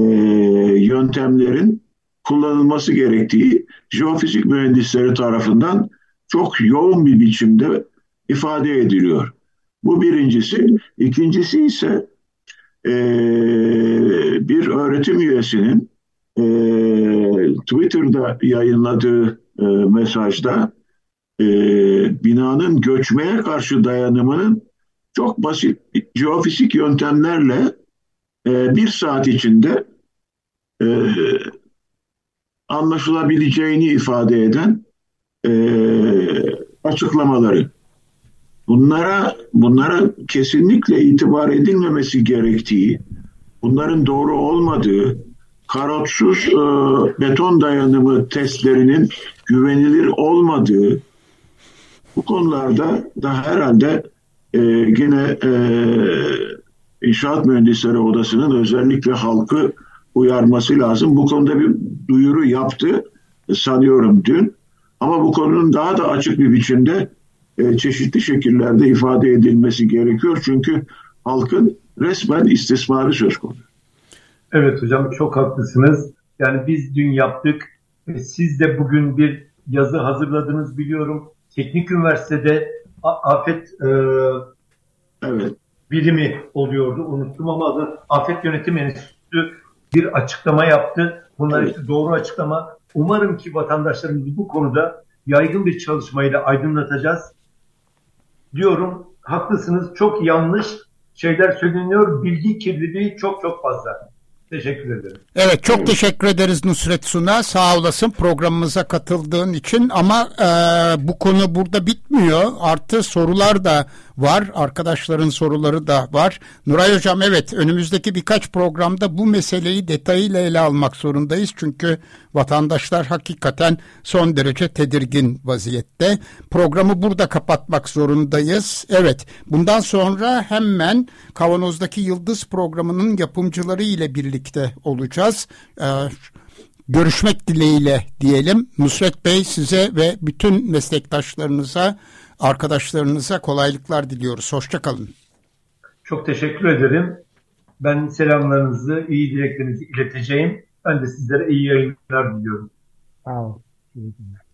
yöntemlerin kullanılması gerektiği jeofizik mühendisleri tarafından çok yoğun bir biçimde ifade ediliyor. Bu birincisi. İkincisi ise e, bir öğretim üyesinin e, Twitter'da yayınladığı e, mesajda e, binanın göçmeye karşı dayanımının çok basit jeofizik yöntemlerle e, bir saat içinde e, anlaşılabileceğini ifade eden e, açıklamaları. Bunlara bunlara kesinlikle itibar edilmemesi gerektiği, bunların doğru olmadığı, karotsuz e, beton dayanımı testlerinin güvenilir olmadığı bu konularda da herhalde e, yine e, İnşaat Mühendisleri Odası'nın özellikle halkı uyarması lazım. Bu konuda bir duyuru yaptı sanıyorum dün. Ama bu konunun daha da açık bir biçimde e, çeşitli şekillerde ifade edilmesi gerekiyor. Çünkü halkın resmen istismarı söz konusu. Evet hocam, çok haklısınız. Yani biz dün yaptık. Siz de bugün bir yazı hazırladınız biliyorum. Teknik Üniversitede afet e, evet. bilimi oluyordu. Unuttum ama adı Afet Yönetim Enstitüsü bir açıklama yaptı. Bunlar evet. işte doğru açıklama. Umarım ki vatandaşlarımızı bu konuda yaygın bir çalışmayla aydınlatacağız diyorum. Haklısınız. Çok yanlış şeyler söyleniyor. Bilgi kirliliği çok çok fazla. Teşekkür ederim. Evet, çok evet. teşekkür ederiz Nusret Suna. Sağ olasın programımıza katıldığın için ama e, bu konu burada bitmiyor. Artı sorular da var. Arkadaşların soruları da var. Nuray Hocam, evet, önümüzdeki birkaç programda bu meseleyi detayıyla ele almak zorundayız. Çünkü vatandaşlar hakikaten son derece tedirgin vaziyette. Programı burada kapatmak zorundayız. Evet, bundan sonra hemen Kavanoz'daki Yıldız programının yapımcıları ile birlikte olacağız. Ee, görüşmek dileğiyle diyelim. Nusret Bey, size ve bütün meslektaşlarınıza, arkadaşlarınıza kolaylıklar diliyoruz. Hoşça kalın. Çok teşekkür ederim. Ben selamlarınızı, iyi dileklerinizi ileteceğim. Ben de sizlere iyi yayınlar diliyorum. Sağ olun.